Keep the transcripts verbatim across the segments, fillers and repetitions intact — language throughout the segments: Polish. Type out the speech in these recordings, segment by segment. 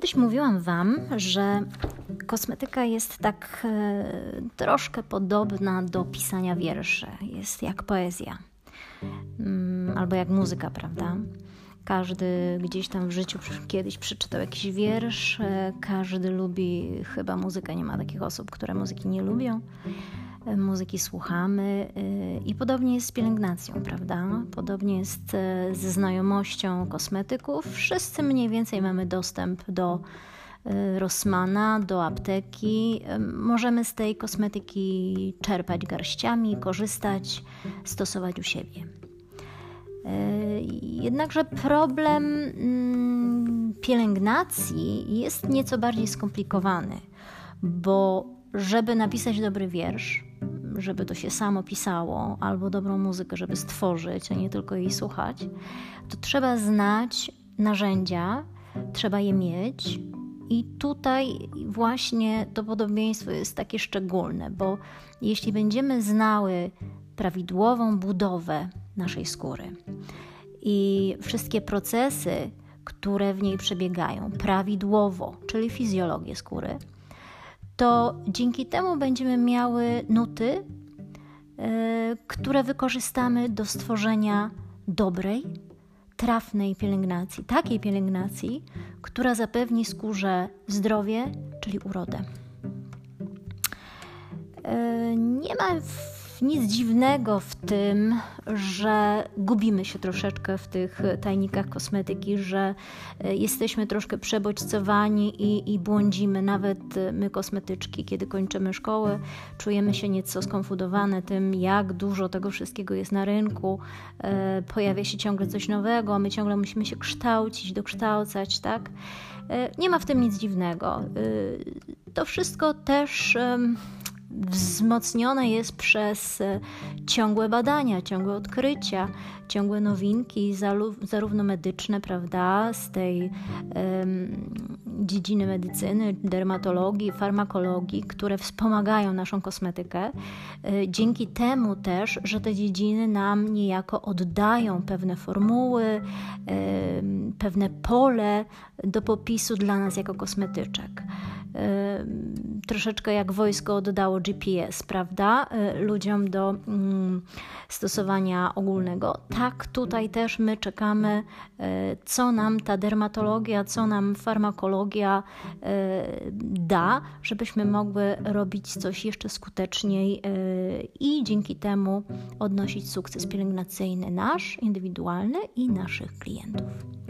Kiedyś mówiłam Wam, że kosmetyka jest tak e, troszkę podobna do pisania wierszy. Jest jak poezja. Mm, albo jak muzyka, prawda? Każdy gdzieś tam w życiu kiedyś przeczytał jakiś wiersz. E, każdy lubi chyba muzykę. Nie ma takich osób, które muzyki nie lubią. E, muzyki słuchamy e, i podobnie jest z pielęgnacją, prawda? Podobnie jest e, ze znajomością kosmetyków. Wszyscy mniej więcej mamy dostęp do Rossmana, do apteki. Możemy z tej kosmetyki czerpać garściami, korzystać, stosować u siebie. Jednakże problem pielęgnacji jest nieco bardziej skomplikowany, bo żeby napisać dobry wiersz, żeby to się samo pisało, albo dobrą muzykę, żeby stworzyć, a nie tylko jej słuchać, to trzeba znać narzędzia, trzeba je mieć. I tutaj właśnie to podobieństwo jest takie szczególne, bo jeśli będziemy znały prawidłową budowę naszej skóry i wszystkie procesy, które w niej przebiegają prawidłowo, czyli fizjologię skóry, to dzięki temu będziemy miały nuty, yy, które wykorzystamy do stworzenia dobrej, trafnej pielęgnacji, takiej pielęgnacji, która zapewni skórze zdrowie, czyli urodę. Nie ma nic dziwnego w tym, że gubimy się troszeczkę w tych tajnikach kosmetyki, że jesteśmy troszkę przebodźcowani i, i błądzimy. Nawet my kosmetyczki, kiedy kończymy szkołę, czujemy się nieco skonfundowane tym, jak dużo tego wszystkiego jest na rynku. Pojawia się ciągle coś nowego, my ciągle musimy się kształcić, dokształcać, tak? Nie ma w tym nic dziwnego. To wszystko też wzmocnione jest przez ciągłe badania, ciągłe odkrycia, ciągłe nowinki, zarówno medyczne, prawda, z tej um, dziedziny medycyny, dermatologii, farmakologii, które wspomagają naszą kosmetykę. Dzięki temu też, że te dziedziny nam niejako oddają pewne formuły, um, pewne pole do popisu dla nas jako kosmetyczek. Troszeczkę jak wojsko oddało G P S, prawda, ludziom do mm, stosowania ogólnego. Tak tutaj też my czekamy, co nam ta dermatologia, co nam farmakologia da, żebyśmy mogły robić coś jeszcze skuteczniej i dzięki temu odnosić sukces pielęgnacyjny nasz, indywidualny i naszych klientów.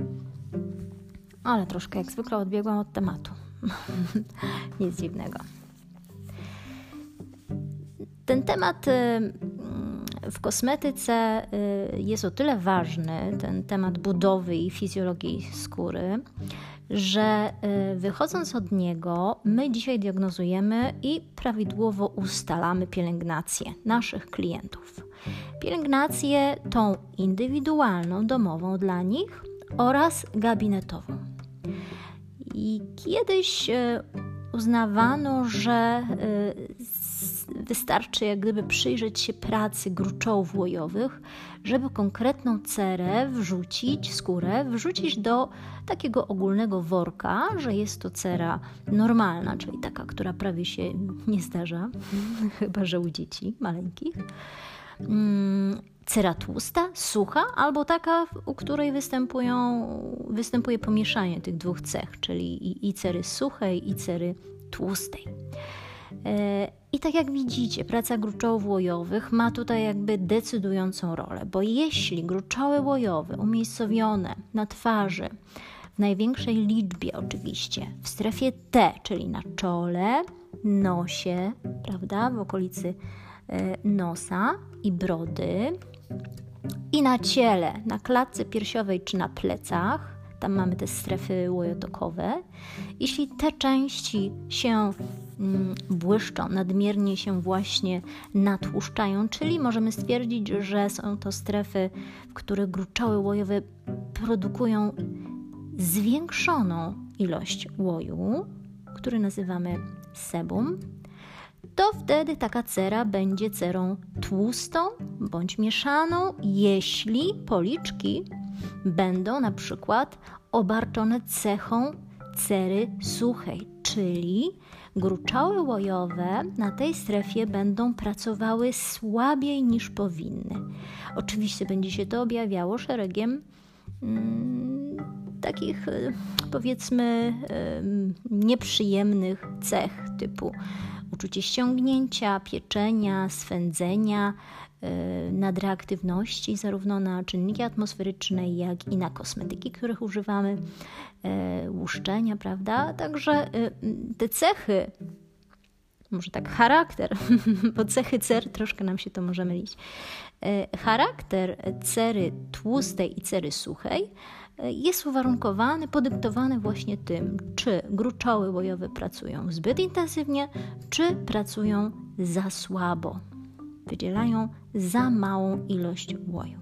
Ale troszkę jak zwykle odbiegłam od tematu. Nic dziwnego. Ten temat w kosmetyce jest o tyle ważny, ten temat budowy i fizjologii skóry, że wychodząc od niego, my dzisiaj diagnozujemy i prawidłowo ustalamy pielęgnację naszych klientów. Pielęgnację tą indywidualną, domową dla nich oraz gabinetową. I kiedyś uznawano, że wystarczy jak gdyby przyjrzeć się pracy gruczołów łojowych, żeby konkretną cerę wrzucić, skórę wrzucić do takiego ogólnego worka, że jest to cera normalna, czyli taka, która prawie się nie zdarza, chyba że u dzieci maleńkich. Cera tłusta, sucha albo taka, u której występują, występuje pomieszanie tych dwóch cech, czyli i, i cery suchej, i cery tłustej. I tak jak widzicie, praca gruczołów łojowych ma tutaj jakby decydującą rolę, bo jeśli gruczoły łojowe umiejscowione na twarzy, w największej liczbie oczywiście, w strefie T, czyli na czole, nosie, prawda, w okolicy nosa i brody i na ciele, na klatce piersiowej czy na plecach, tam mamy te strefy łojotokowe. Jeśli te części się mm, błyszczą, nadmiernie się właśnie natłuszczają, czyli możemy stwierdzić, że są to strefy, w których gruczoły łojowe produkują zwiększoną ilość łoju, który nazywamy sebum, to wtedy taka cera będzie cerą tłustą bądź mieszaną, jeśli policzki będą na przykład obarczone cechą cery suchej, czyli gruczoły łojowe na tej strefie będą pracowały słabiej niż powinny. Oczywiście będzie się to objawiało szeregiem mm, takich, powiedzmy, nieprzyjemnych cech typu uczucie ściągnięcia, pieczenia, swędzenia, nadreaktywności zarówno na czynniki atmosferyczne, jak i na kosmetyki, których używamy, łuszczenia, prawda? Także te cechy, może tak charakter, bo cechy cer troszkę nam się to może mylić. Charakter cery tłustej i cery suchej jest uwarunkowany, podyktowany właśnie tym, czy gruczoły łojowe pracują zbyt intensywnie, czy pracują za słabo. Wydzielają za małą ilość łoju.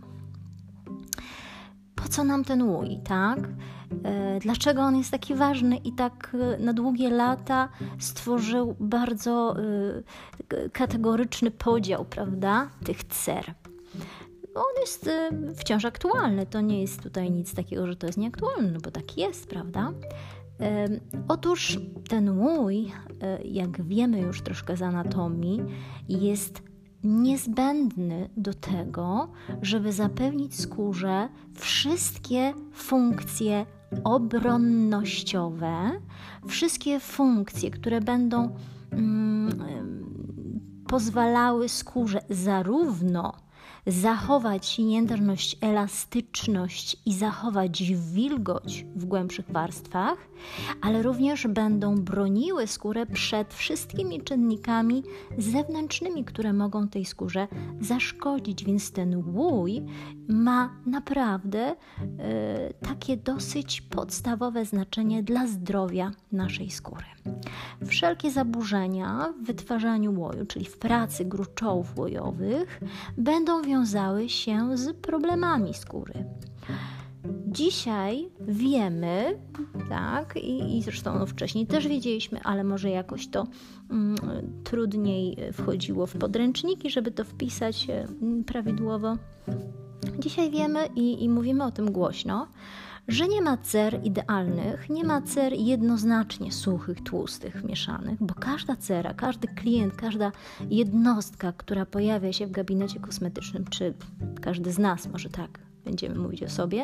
Po co nam ten łój, tak? Dlaczego on jest taki ważny i tak na długie lata stworzył bardzo kategoryczny podział, prawda, tych cer? On jest wciąż aktualny, to nie jest tutaj nic takiego, że to jest nieaktualne, bo tak jest, prawda? Otóż ten łój, jak wiemy już troszkę z anatomii, jest niezbędny do tego, żeby zapewnić skórze wszystkie funkcje obronnościowe, wszystkie funkcje, które będą mm, pozwalały skórze zarówno zachować jędrność, elastyczność i zachować wilgoć w głębszych warstwach, ale również będą broniły skórę przed wszystkimi czynnikami zewnętrznymi, które mogą tej skórze zaszkodzić. Więc ten łój ma naprawdę e, takie dosyć podstawowe znaczenie dla zdrowia naszej skóry. Wszelkie zaburzenia w wytwarzaniu łoju, czyli w pracy gruczołów łojowych, będą wiązały się z problemami skóry. Dzisiaj wiemy, tak, i, i zresztą no wcześniej też wiedzieliśmy, ale może jakoś to mm, trudniej wchodziło w podręczniki, żeby to wpisać mm, prawidłowo. Dzisiaj wiemy i, i mówimy o tym głośno, że nie ma cer idealnych, nie ma cer jednoznacznie suchych, tłustych, mieszanych, bo każda cera, każdy klient, każda jednostka, która pojawia się w gabinecie kosmetycznym, czy każdy z nas, może tak będziemy mówić o sobie,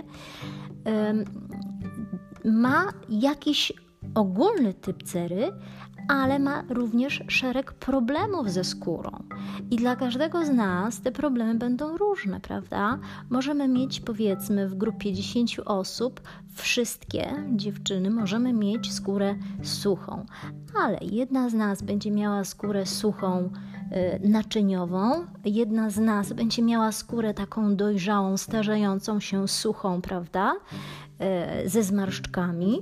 ma jakiś ogólny typ cery, ale ma również szereg problemów ze skórą. I dla każdego z nas te problemy będą różne, prawda? Możemy mieć, powiedzmy, w grupie dziesięciu osób, wszystkie dziewczyny możemy mieć skórę suchą, ale jedna z nas będzie miała skórę suchą y, naczyniową, jedna z nas będzie miała skórę taką dojrzałą, starzejącą się suchą, prawda? Y, ze zmarszczkami.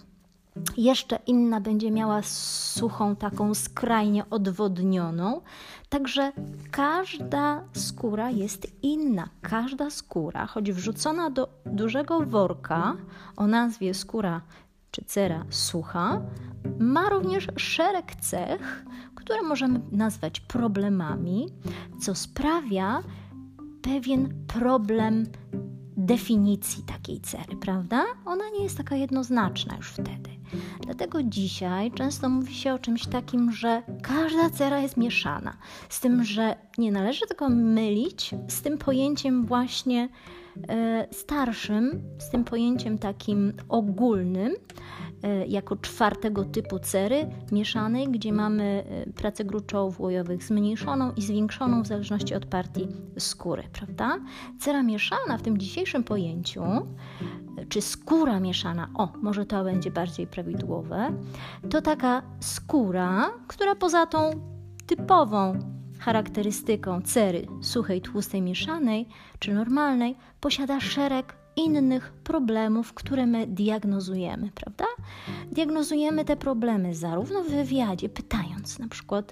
Jeszcze inna będzie miała suchą, taką skrajnie odwodnioną. Także każda skóra jest inna. Każda skóra, choć wrzucona do dużego worka o nazwie skóra czy cera sucha, ma również szereg cech, które możemy nazwać problemami, co sprawia pewien problem definicji takiej cery, prawda? Ona nie jest taka jednoznaczna już wtedy. Dlatego dzisiaj często mówi się o czymś takim, że każda cera jest mieszana. Z tym, że nie należy tego mylić z tym pojęciem właśnie e, starszym, z tym pojęciem takim ogólnym, e, jako czwartego typu cery mieszanej, gdzie mamy e, pracę gruczołów łojowych zmniejszoną i zwiększoną w zależności od partii skóry, prawda? Cera mieszana w tym dzisiejszym pojęciu, czy skóra mieszana, o, może to będzie bardziej prawidłowe, to taka skóra, która poza tą typową charakterystyką cery suchej, tłustej, mieszanej czy normalnej posiada szereg innych problemów, które my diagnozujemy, prawda? Diagnozujemy te problemy zarówno w wywiadzie, pytając na przykład,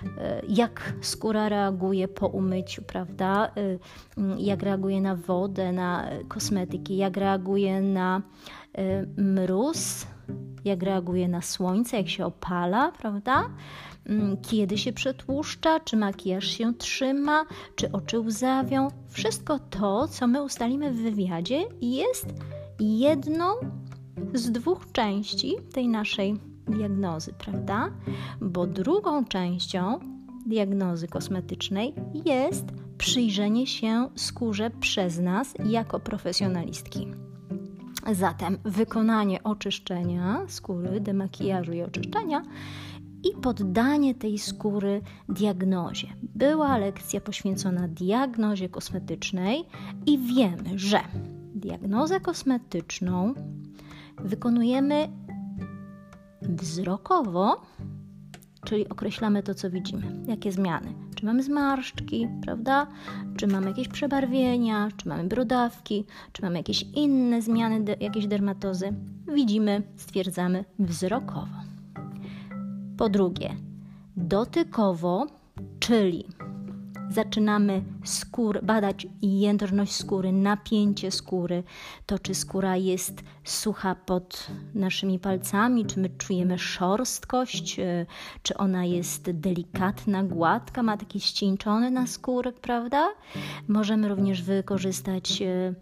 jak skóra reaguje po umyciu, prawda? Jak reaguje na wodę, na kosmetyki, jak reaguje na mróz, jak reaguje na słońce, jak się opala, prawda? Kiedy się przetłuszcza, czy makijaż się trzyma, czy oczy łzawią. Wszystko to, co my ustalimy w wywiadzie, jest jedną z dwóch części tej naszej diagnozy, prawda? Bo drugą częścią diagnozy kosmetycznej jest przyjrzenie się skórze przez nas jako profesjonalistki. Zatem wykonanie oczyszczenia skóry, demakijażu i oczyszczenia i poddanie tej skóry diagnozie. Była lekcja poświęcona diagnozie kosmetycznej i wiemy, że diagnozę kosmetyczną wykonujemy wzrokowo, czyli określamy to, co widzimy, jakie zmiany. Czy mamy zmarszczki, prawda? Czy mamy jakieś przebarwienia, czy mamy brodawki, czy mamy jakieś inne zmiany, de- jakieś dermatozy. Widzimy, stwierdzamy wzrokowo. Po drugie, dotykowo, czyli zaczynamy skór, badać jędrność skóry, napięcie skóry, to czy skóra jest sucha pod naszymi palcami, czy my czujemy szorstkość, czy ona jest delikatna, gładka, ma taki ścieńczony naskórek, prawda? Możemy również wykorzystać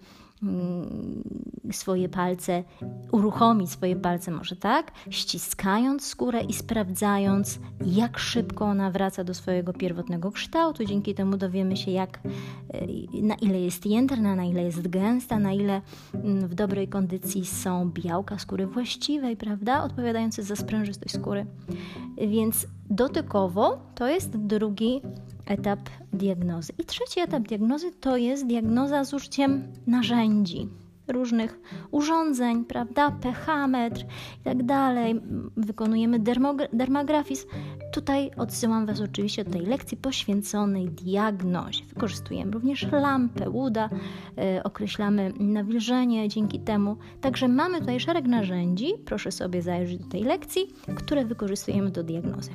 swoje palce, uruchomić swoje palce może tak, ściskając skórę i sprawdzając, jak szybko ona wraca do swojego pierwotnego kształtu. Dzięki temu dowiemy się, jak, na ile jest jędrna, na ile jest gęsta, na ile w dobrej kondycji są białka skóry właściwej, prawda, odpowiadające za sprężystość skóry. Więc dotykowo to jest drugi etap diagnozy. I trzeci etap diagnozy to jest diagnoza z użyciem narzędzi, różnych urządzeń, prawda, pH-metr i tak dalej. Wykonujemy dermografizm. Tutaj odsyłam Was oczywiście do tej lekcji poświęconej diagnozie. Wykorzystujemy również lampę, łuda, yy, określamy nawilżenie dzięki temu. Także mamy tutaj szereg narzędzi, proszę sobie zajrzeć do tej lekcji, które wykorzystujemy do diagnozy.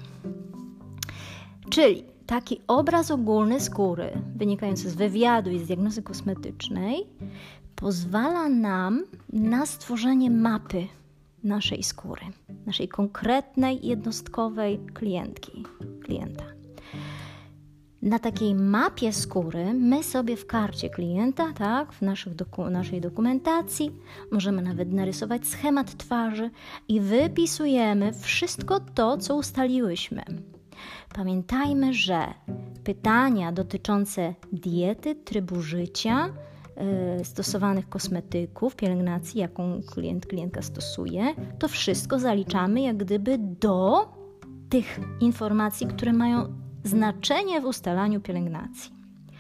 Czyli taki obraz ogólny skóry wynikający z wywiadu i z diagnozy kosmetycznej pozwala nam na stworzenie mapy naszej skóry, naszej konkretnej, jednostkowej klientki, klienta. Na takiej mapie skóry my sobie w karcie klienta, tak, w naszych doku- naszej dokumentacji możemy nawet narysować schemat twarzy i wypisujemy wszystko to, co ustaliłyśmy. Pamiętajmy, że pytania dotyczące diety, trybu życia, yy, stosowanych kosmetyków, pielęgnacji, jaką klient, klientka stosuje, to wszystko zaliczamy jak gdyby do tych informacji, które mają znaczenie w ustalaniu pielęgnacji.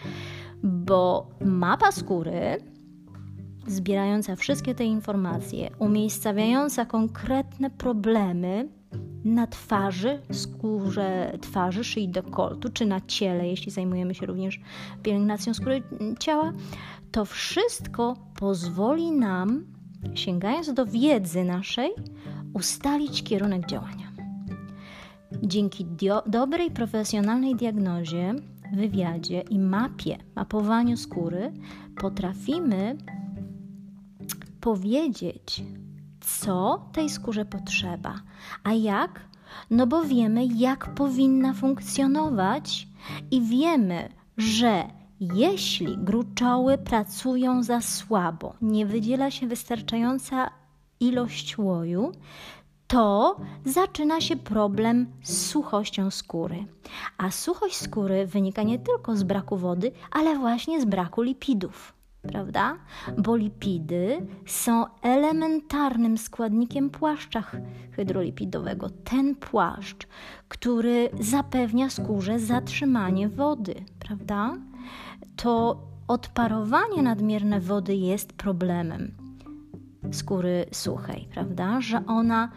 Bo mapa skóry, zbierająca wszystkie te informacje, umiejscawiająca konkretne problemy na twarzy, skórze twarzy, szyi, dekoltu, czy na ciele, jeśli zajmujemy się również pielęgnacją skóry ciała, to wszystko pozwoli nam, sięgając do wiedzy naszej, ustalić kierunek działania. Dzięki dio- dobrej, profesjonalnej diagnozie, wywiadzie i mapie, mapowaniu skóry potrafimy powiedzieć, co tej skórze potrzeba. A jak? No bo wiemy, jak powinna funkcjonować i wiemy, że jeśli gruczoły pracują za słabo, nie wydziela się wystarczająca ilość łoju, to zaczyna się problem z suchością skóry. A suchość skóry wynika nie tylko z braku wody, ale właśnie z braku lipidów. Prawda? Bo lipidy są elementarnym składnikiem płaszcza hydrolipidowego. Ten płaszcz, który zapewnia skórze zatrzymanie wody, prawda? To odparowanie nadmierne wody jest problemem skóry suchej, prawda? Że ona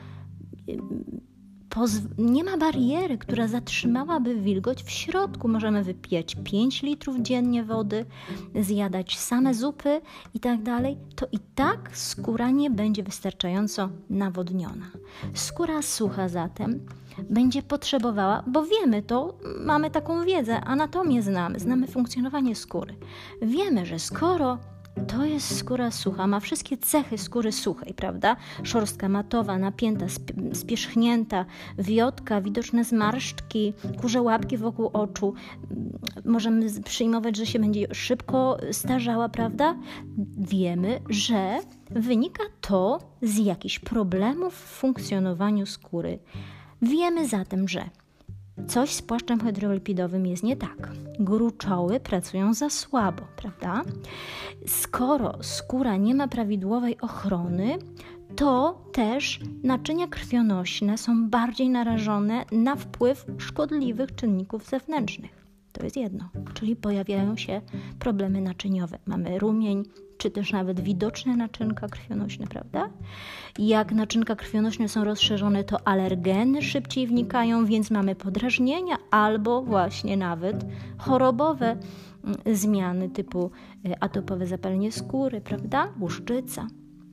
Poz- nie ma bariery, która zatrzymałaby wilgoć w środku. Możemy wypijać pięć litrów dziennie wody, zjadać same zupy i tak dalej. To i tak skóra nie będzie wystarczająco nawodniona. Skóra sucha zatem będzie potrzebowała, bo wiemy to, mamy taką wiedzę, anatomię znamy, znamy funkcjonowanie skóry. Wiemy, że skoro to jest skóra sucha, ma wszystkie cechy skóry suchej, prawda? Szorstka matowa, napięta, sp- spierzchnięta, wiotka, widoczne zmarszczki, kurze łapki wokół oczu. Możemy przyjmować, że się będzie szybko starzała, prawda? Wiemy, że wynika to z jakichś problemów w funkcjonowaniu skóry. Wiemy zatem, że coś z płaszczem hydrolipidowym jest nie tak. Gruczoły pracują za słabo, prawda? Skoro skóra nie ma prawidłowej ochrony, to też naczynia krwionośne są bardziej narażone na wpływ szkodliwych czynników zewnętrznych. To jest jedno, czyli pojawiają się problemy naczyniowe. Mamy rumień, czy też nawet widoczne naczynka krwionośne, prawda? Jak naczynka krwionośne są rozszerzone, to alergeny szybciej wnikają, więc mamy podrażnienia albo właśnie nawet chorobowe zmiany typu atopowe zapalenie skóry, prawda? Łuszczyca.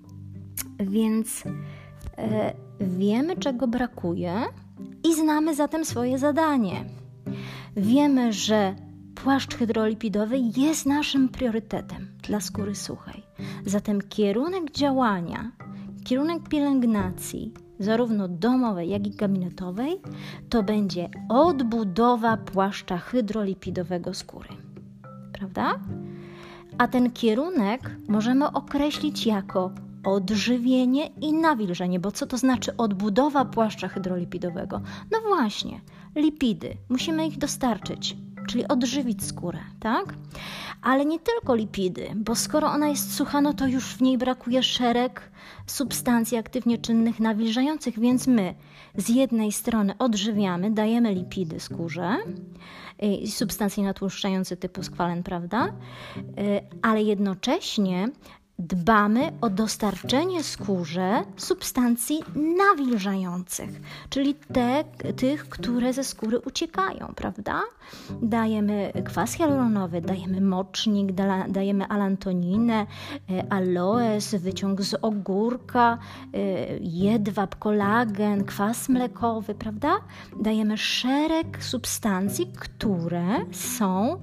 Więc e, wiemy, czego brakuje i znamy zatem swoje zadanie. Wiemy, że płaszcz hydrolipidowy jest naszym priorytetem dla skóry suchej. Zatem kierunek działania, kierunek pielęgnacji, zarówno domowej, jak i gabinetowej, to będzie odbudowa płaszcza hydrolipidowego skóry. Prawda? A ten kierunek możemy określić jako odżywienie i nawilżenie, bo co to znaczy odbudowa płaszcza hydrolipidowego? No właśnie, lipidy, musimy ich dostarczyć, czyli odżywić skórę, tak? Ale nie tylko lipidy, bo skoro ona jest sucha, no to już w niej brakuje szereg substancji aktywnie czynnych nawilżających, więc my z jednej strony odżywiamy, dajemy lipidy skórze, substancje natłuszczające typu skwalen, prawda? Ale jednocześnie dbamy o dostarczenie skórze substancji nawilżających, czyli te, tych, które ze skóry uciekają, prawda? Dajemy kwas hialuronowy, dajemy mocznik, da, dajemy alantoninę, aloes, wyciąg z ogórka, jedwab, kolagen, kwas mlekowy, prawda? Dajemy szereg substancji, które są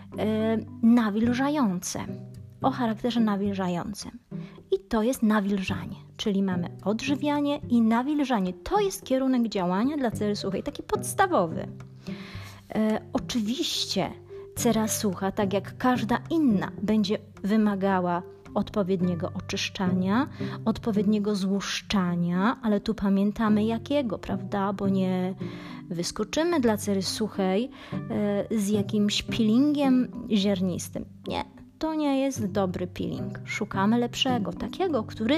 nawilżające, o charakterze nawilżającym. I to jest nawilżanie, czyli mamy odżywianie i nawilżanie. To jest kierunek działania dla cery suchej, taki podstawowy. E, oczywiście cera sucha, tak jak każda inna, będzie wymagała odpowiedniego oczyszczania, odpowiedniego złuszczania, ale tu pamiętamy jakiego, prawda, bo nie wyskoczymy dla cery suchej e, z jakimś peelingiem ziarnistym. Nie. To nie jest dobry peeling. Szukamy lepszego, takiego, który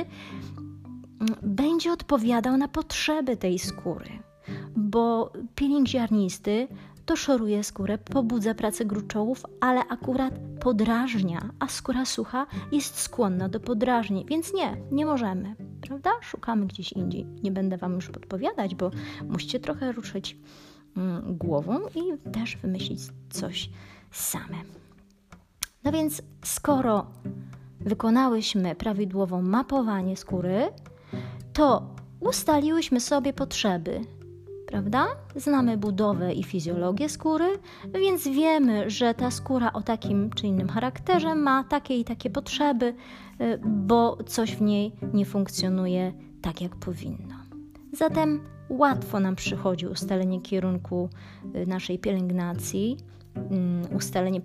będzie odpowiadał na potrzeby tej skóry. Bo peeling ziarnisty to szoruje skórę, pobudza pracę gruczołów, ale akurat podrażnia, a skóra sucha jest skłonna do podrażnień, więc nie, nie możemy, prawda? Szukamy gdzieś indziej. Nie będę Wam już podpowiadać, bo musicie trochę ruszyć mm, głową i też wymyślić coś same. No więc skoro wykonałyśmy prawidłowo mapowanie skóry, to ustaliłyśmy sobie potrzeby, prawda? Znamy budowę i fizjologię skóry, więc wiemy, że ta skóra o takim czy innym charakterze ma takie i takie potrzeby, bo coś w niej nie funkcjonuje tak, jak powinno. Zatem łatwo nam przychodzi ustalenie kierunku naszej pielęgnacji, ustalenie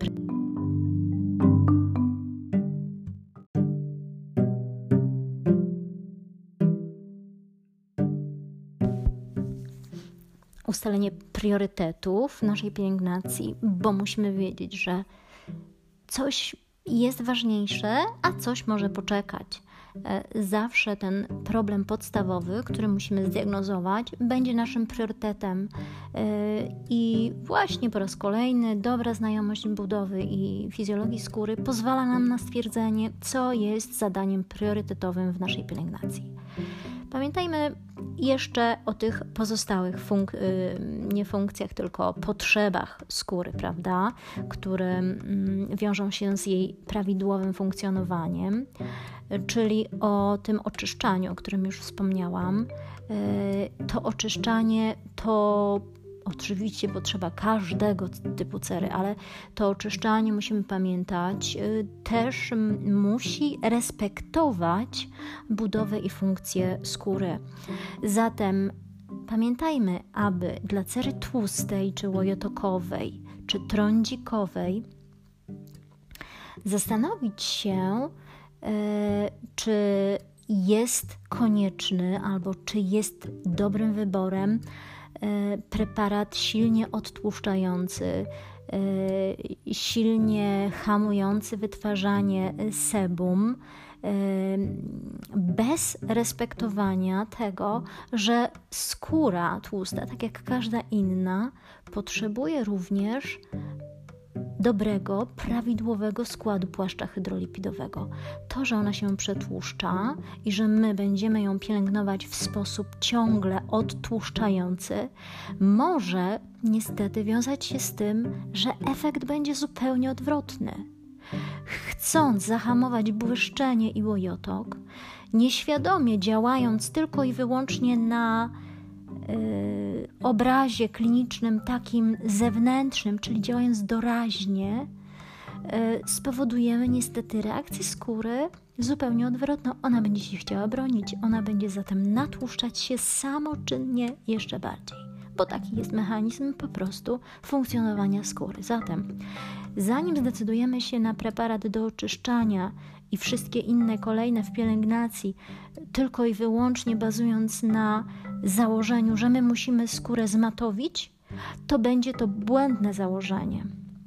ustalenie priorytetów naszej pielęgnacji, bo musimy wiedzieć, że coś jest ważniejsze, a coś może poczekać. Zawsze ten problem podstawowy, który musimy zdiagnozować, będzie naszym priorytetem. I właśnie po raz kolejny dobra znajomość budowy i fizjologii skóry pozwala nam na stwierdzenie, co jest zadaniem priorytetowym w naszej pielęgnacji. Pamiętajmy jeszcze o tych pozostałych funk- nie funkcjach, tylko potrzebach skóry, prawda, które wiążą się z jej prawidłowym funkcjonowaniem, czyli o tym oczyszczaniu, o którym już wspomniałam. To oczyszczanie to oczywiście potrzeba każdego typu cery, ale to oczyszczanie, musimy pamiętać, też musi respektować budowę i funkcję skóry. Zatem pamiętajmy, aby dla cery tłustej, czy łojotokowej, czy trądzikowej zastanowić się, czy jest konieczny albo czy jest dobrym wyborem preparat silnie odtłuszczający, silnie hamujący wytwarzanie sebum, bez respektowania tego, że skóra tłusta, tak jak każda inna, potrzebuje również dobrego, prawidłowego składu płaszcza hydrolipidowego. To, że ona się przetłuszcza i że my będziemy ją pielęgnować w sposób ciągle odtłuszczający, może niestety wiązać się z tym, że efekt będzie zupełnie odwrotny. Chcąc zahamować błyszczenie i łojotok, nieświadomie działając tylko i wyłącznie na Yy, obrazie klinicznym takim zewnętrznym, czyli działając doraźnie, yy, spowodujemy niestety reakcję skóry zupełnie odwrotną. Ona będzie się chciała bronić, ona będzie zatem natłuszczać się samoczynnie jeszcze bardziej, bo taki jest mechanizm po prostu funkcjonowania skóry. Zatem zanim zdecydujemy się na preparat do oczyszczania i wszystkie inne kolejne w pielęgnacji, tylko i wyłącznie bazując na założeniu, że my musimy skórę zmatowić, to będzie to błędne założenie,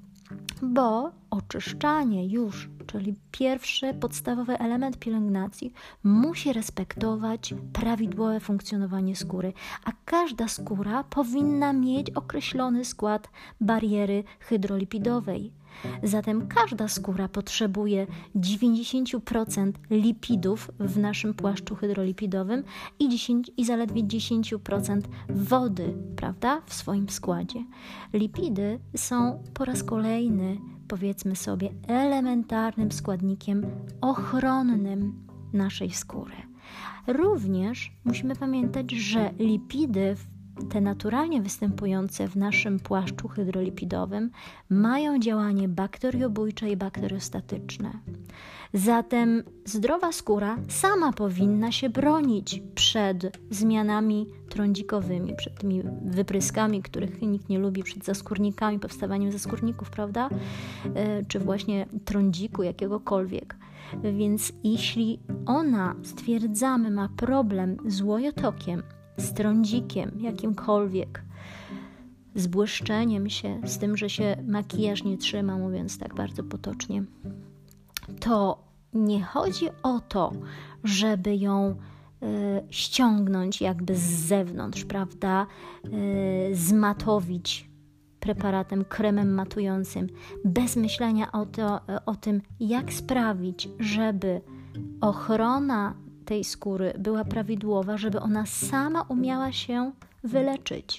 bo oczyszczanie już, czyli pierwszy podstawowy element pielęgnacji, musi respektować prawidłowe funkcjonowanie skóry, a każda skóra powinna mieć określony skład bariery hydrolipidowej. Zatem każda skóra potrzebuje dziewięćdziesiąt procent lipidów w naszym płaszczu hydrolipidowym i, dziesięć, i zaledwie dziesięć procent wody, prawda, w swoim składzie. Lipidy są po raz kolejny, powiedzmy sobie, elementarnym składnikiem ochronnym naszej skóry. Również musimy pamiętać, że lipidy, te naturalnie występujące w naszym płaszczu hydrolipidowym, mają działanie bakteriobójcze i bakteriostatyczne. Zatem zdrowa skóra sama powinna się bronić przed zmianami trądzikowymi, przed tymi wypryskami, których nikt nie lubi, przed zaskórnikami, powstawaniem zaskórników, prawda? Czy właśnie trądziku jakiegokolwiek. Więc jeśli ona, stwierdzamy, ma problem z łojotokiem, z trądzikiem jakimkolwiek, z błyszczeniem się, z tym, że się makijaż nie trzyma, mówiąc tak bardzo potocznie, to nie chodzi o to, żeby ją y, ściągnąć jakby z zewnątrz, prawda, y, zmatowić preparatem, kremem matującym, bez myślenia o, to, o tym, jak sprawić, żeby ochrona tej skóry była prawidłowa, żeby ona sama umiała się wyleczyć.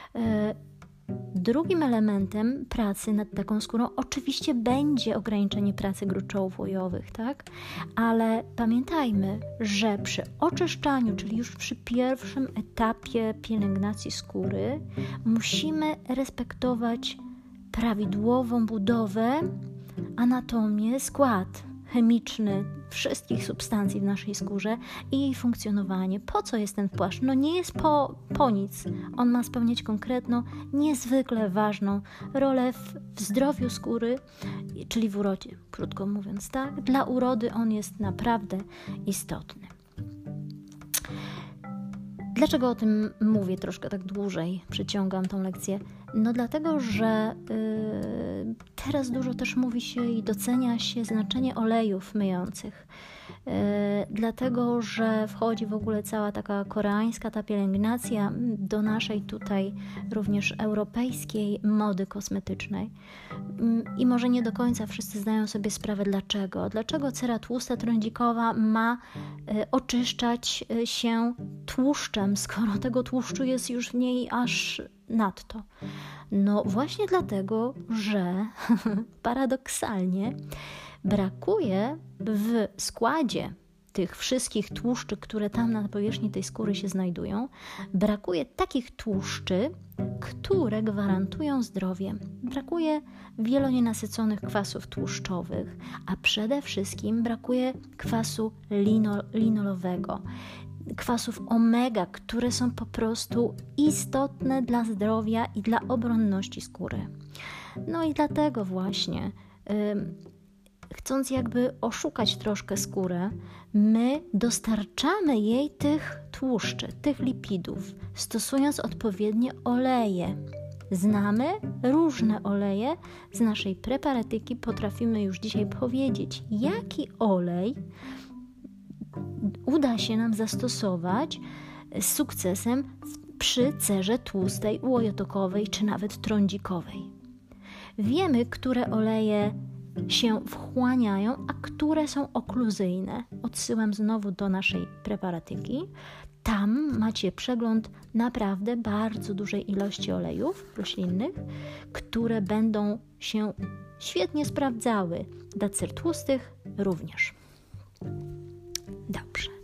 Drugim elementem pracy nad taką skórą oczywiście będzie ograniczenie pracy gruczołów łojowych, tak? Ale pamiętajmy, że przy oczyszczaniu, czyli już przy pierwszym etapie pielęgnacji skóry, musimy respektować prawidłową budowę, anatomię, skład chemiczny wszystkich substancji w naszej skórze i jej funkcjonowanie. Po co jest ten płaszcz? No nie jest po, po nic. On ma spełniać konkretną, niezwykle ważną rolę w, w zdrowiu skóry, czyli w urodzie, krótko mówiąc, tak? Dla urody on jest naprawdę istotny. Dlaczego o tym mówię troszkę tak dłużej, przyciągam tą lekcję? No dlatego, że yy, teraz dużo też mówi się i docenia się znaczenie olejów myjących. Yy, dlatego, że wchodzi w ogóle cała taka koreańska ta pielęgnacja do naszej tutaj również europejskiej mody kosmetycznej. Yy, I może nie do końca wszyscy zdają sobie sprawę dlaczego. Dlaczego cera tłusta trądzikowa ma yy, oczyszczać yy, się tłuszczem, skoro tego tłuszczu jest już w niej aż nadto. No właśnie dlatego, że paradoksalnie brakuje w składzie tych wszystkich tłuszczy, które tam na powierzchni tej skóry się znajdują, brakuje takich tłuszczy, które gwarantują zdrowie. Brakuje wielonienasyconych kwasów tłuszczowych, a przede wszystkim brakuje kwasu lino, linolowego, kwasów omega, które są po prostu istotne dla zdrowia i dla obronności skóry. No i dlatego właśnie, yy, chcąc jakby oszukać troszkę skórę, my dostarczamy jej tych tłuszczy, tych lipidów, stosując odpowiednie oleje. Znamy różne oleje z naszej preparatyki, potrafimy już dzisiaj powiedzieć, jaki olej uda się nam zastosować z sukcesem przy cerze tłustej, łojotokowej czy nawet trądzikowej. Wiemy, które oleje się wchłaniają, a które są okluzyjne. Odsyłam znowu do naszej preparatyki. Tam macie przegląd naprawdę bardzo dużej ilości olejów roślinnych, które będą się świetnie sprawdzały. Dla cer tłustych również. Dobrze.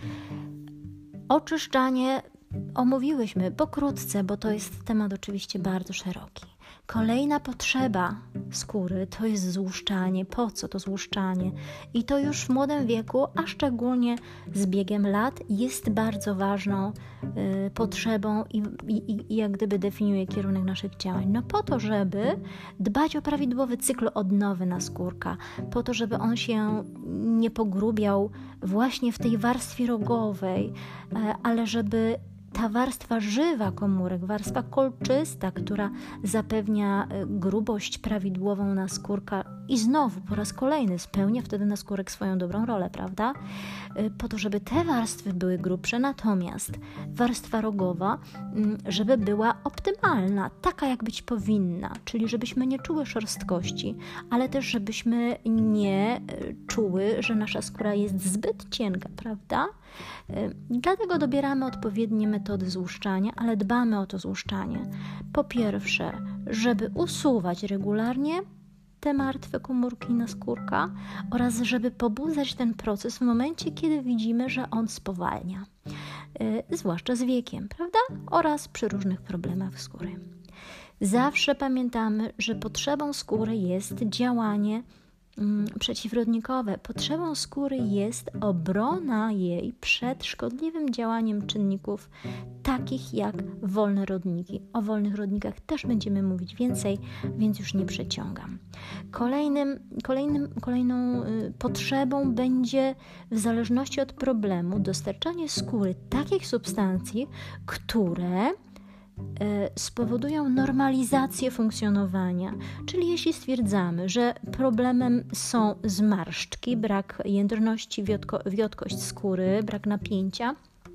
Oczyszczanie omówiłyśmy pokrótce, bo to jest temat oczywiście bardzo szeroki. Kolejna potrzeba skóry to jest złuszczanie. Po co to złuszczanie? I to już w młodym wieku, a szczególnie z biegiem lat, jest bardzo ważną y, potrzebą i, i, i jak gdyby definiuje kierunek naszych działań. No po to, żeby dbać o prawidłowy cykl odnowy naskórka, po to, żeby on się nie pogrubiał właśnie w tej warstwie rogowej, y, ale żeby ta warstwa żywa komórek, warstwa kolczysta, która zapewnia grubość prawidłową naskórka i znowu po raz kolejny spełnia wtedy naskórek swoją dobrą rolę, prawda? Po to, żeby te warstwy były grubsze, natomiast warstwa rogowa, żeby była optymalna, taka jak być powinna, czyli żebyśmy nie czuły szorstkości, ale też żebyśmy nie czuły, że nasza skóra jest zbyt cienka, prawda? Dlatego dobieramy odpowiednie metody złuszczania, ale dbamy o to złuszczanie. Po pierwsze, żeby usuwać regularnie te martwe komórki naskórka oraz żeby pobudzać ten proces w momencie, kiedy widzimy, że on spowalnia, yy, zwłaszcza z wiekiem, prawda? Oraz przy różnych problemach skóry. Zawsze pamiętamy, że potrzebą skóry jest działanie przeciwrodnikowe. Potrzebą skóry jest obrona jej przed szkodliwym działaniem czynników takich jak wolne rodniki. O wolnych rodnikach też będziemy mówić więcej, więc już nie przeciągam. Kolejnym, kolejnym, kolejną y, potrzebą będzie w zależności od problemu dostarczanie skóry takich substancji, które spowodują normalizację funkcjonowania. Czyli jeśli stwierdzamy, że problemem są zmarszczki, brak jędrności, wiotko, wiotkość skóry, brak napięcia,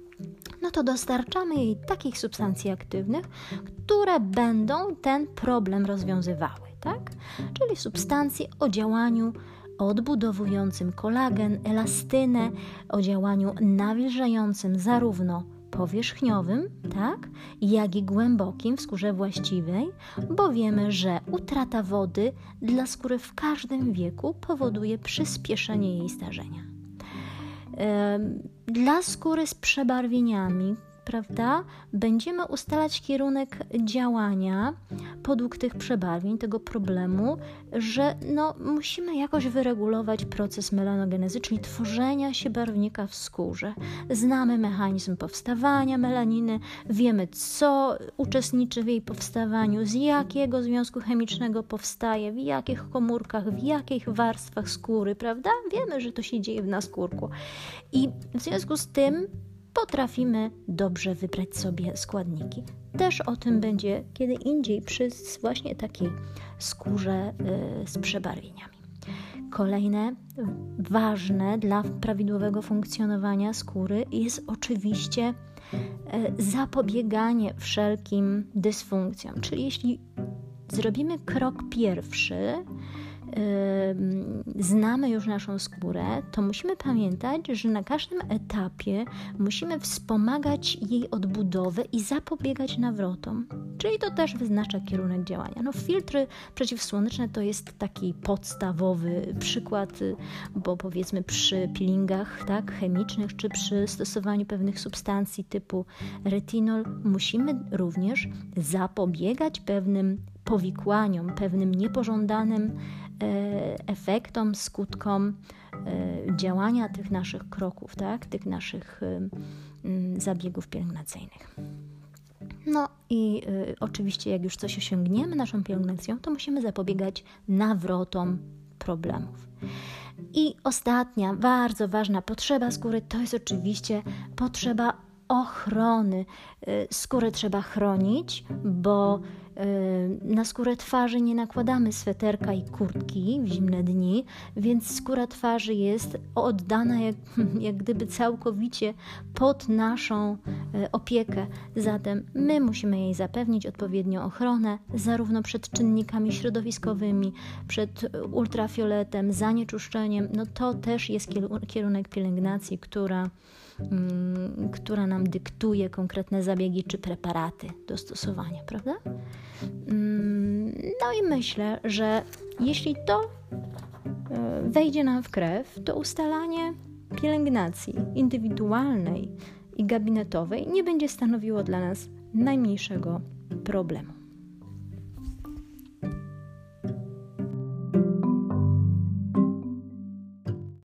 no to dostarczamy jej takich substancji aktywnych, które będą ten problem rozwiązywały, tak? Czyli substancje o działaniu odbudowującym kolagen, elastynę, o działaniu nawilżającym zarówno powierzchniowym, tak, jak i głębokim w skórze właściwej, bo wiemy, że utrata wody dla skóry w każdym wieku powoduje przyspieszenie jej starzenia. Dla skóry z przebarwieniami, prawda, będziemy ustalać kierunek działania podług tych przebarwień, tego problemu, że no, musimy jakoś wyregulować proces melanogenezy, czyli tworzenia się barwnika w skórze. Znamy mechanizm powstawania melaniny, wiemy, co uczestniczy w jej powstawaniu, z jakiego związku chemicznego powstaje, w jakich komórkach, w jakich warstwach skóry, prawda? Wiemy, że to się dzieje w naskórku. I w związku z tym potrafimy dobrze wybrać sobie składniki. Też o tym będzie kiedy indziej przy właśnie takiej skórze y, z przebarwieniami. Kolejne ważne dla prawidłowego funkcjonowania skóry jest oczywiście y, zapobieganie wszelkim dysfunkcjom. Czyli jeśli zrobimy krok pierwszy, Yy, znamy już naszą skórę, to musimy pamiętać, że na każdym etapie musimy wspomagać jej odbudowę i zapobiegać nawrotom. czyli to też wyznacza kierunek działania. No, filtry przeciwsłoneczne to jest taki podstawowy przykład, bo powiedzmy przy peelingach, tak, chemicznych, czy przy stosowaniu pewnych substancji typu retinol musimy również zapobiegać pewnym powikłaniom, pewnym niepożądanym efektom, skutkom działania tych naszych kroków, tak, tych naszych zabiegów pielęgnacyjnych. No i y, oczywiście jak już coś osiągniemy naszą pielęgnacją, to musimy zapobiegać nawrotom problemów. I ostatnia, bardzo ważna potrzeba skóry to jest oczywiście potrzeba ochrony. Y, skórę trzeba chronić, bo na skórę twarzy nie nakładamy sweterka i kurtki w zimne dni, więc skóra twarzy jest oddana jak, jak gdyby całkowicie pod naszą opiekę. Zatem my musimy jej zapewnić odpowiednią ochronę, zarówno przed czynnikami środowiskowymi, przed ultrafioletem, zanieczyszczeniem. No to też jest kierunek pielęgnacji, która która nam dyktuje konkretne zabiegi czy preparaty do stosowania, prawda? No i myślę, że jeśli to wejdzie nam w krew, to ustalanie pielęgnacji indywidualnej i gabinetowej nie będzie stanowiło dla nas najmniejszego problemu.